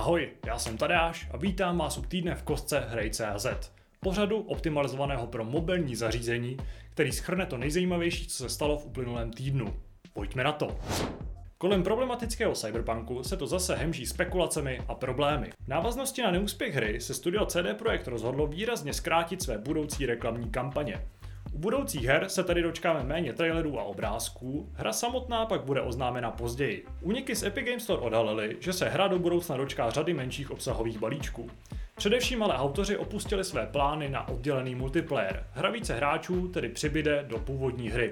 Ahoj, já jsem Tadeáš a vítám vás u týdne v kostce Hrej.cz, pořadu optimalizovaného pro mobilní zařízení, který shrne to nejzajímavější, co se stalo v uplynulém týdnu. Pojďme na to! Kolem problematického Cyberpunku se to zase hemží spekulacemi a problémy. V návaznosti na neúspěch hry se studio CD Projekt rozhodlo výrazně zkrátit své budoucí reklamní kampaně. U budoucích her se tady dočkáme méně trailerů a obrázků, hra samotná pak bude oznámena později. Úniky z Epic Games Store odhalily, že se hra do budoucna dočká řady menších obsahových balíčků. Především ale autoři opustili své plány na oddělený multiplayer. Hra více hráčů tedy přibyde do původní hry.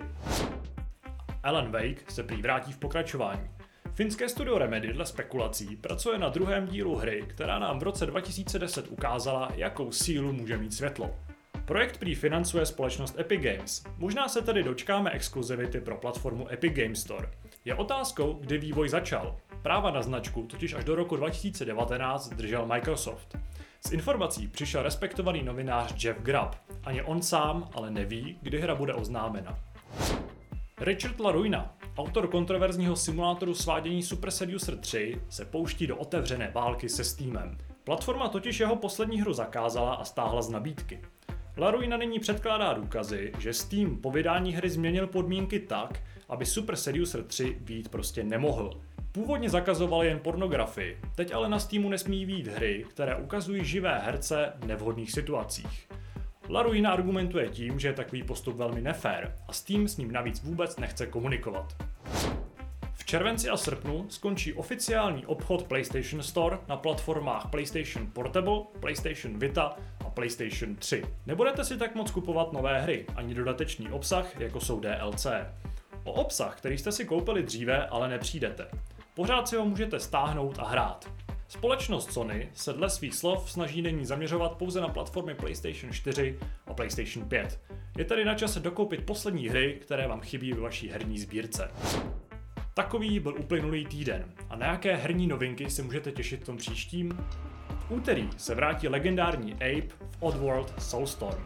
Alan Wake se prý vrátí v pokračování. Finské studio Remedy dle spekulací pracuje na druhém dílu hry, která nám v roce 2010 ukázala, jakou sílu může mít světlo. Projekt prý financuje společnost Epic Games. Možná se tedy dočkáme exkluzivity pro platformu Epic Games Store. Je otázkou, kdy vývoj začal. Práva na značku totiž až do roku 2019 držel Microsoft. Z informací přišel respektovaný novinář Jeff Grubb. Ani on sám ale neví, kdy hra bude oznámena. Richard LaRuina, autor kontroverzního simulátoru svádění Super Seducer 3, se pouští do otevřené války se Steamem. Platforma totiž jeho poslední hru zakázala a stáhla z nabídky. LaRuina nyní předkládá důkazy, že Steam po vydání hry změnil podmínky tak, aby Super Seducer 3 vyjít prostě nemohl. Původně zakazoval jen pornografii, teď ale na Steamu nesmí vyjít hry, které ukazují živé herce v nevhodných situacích. LaRuina argumentuje tím, že je takový postup velmi nefér a Steam s ním navíc vůbec nechce komunikovat. V červenci a srpnu skončí oficiální obchod PlayStation Store na platformách PlayStation Portable, PlayStation Vita a PlayStation 3. Nebudete si tak moc kupovat nové hry, ani dodatečný obsah, jako jsou DLC. O obsah, který jste si koupili dříve, ale nepřijdete. Pořád si ho můžete stáhnout a hrát. Společnost Sony se dle svých slov snaží nyní zaměřovat pouze na platformy PlayStation 4 a PlayStation 5. Je tedy na čase dokoupit poslední hry, které vám chybí ve vaší herní sbírce. Takový byl uplynulý týden. A na jaké herní novinky se můžete těšit v tom příštím? V úterý se vrátí legendární Ape v Oddworld Soulstorm.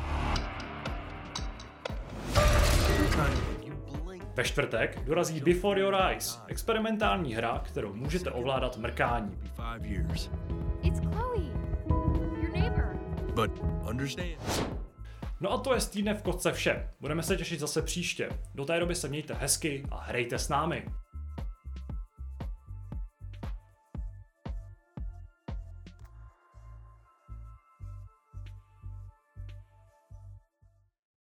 Ve čtvrtek dorazí Before Your Eyes, experimentální hra, kterou můžete ovládat mrkání. It's Chloe, your neighbor. But understand. No a to je z týdne v kostce vše. Budeme se těšit zase příště. Do té doby se mějte hezky a hrajte s námi.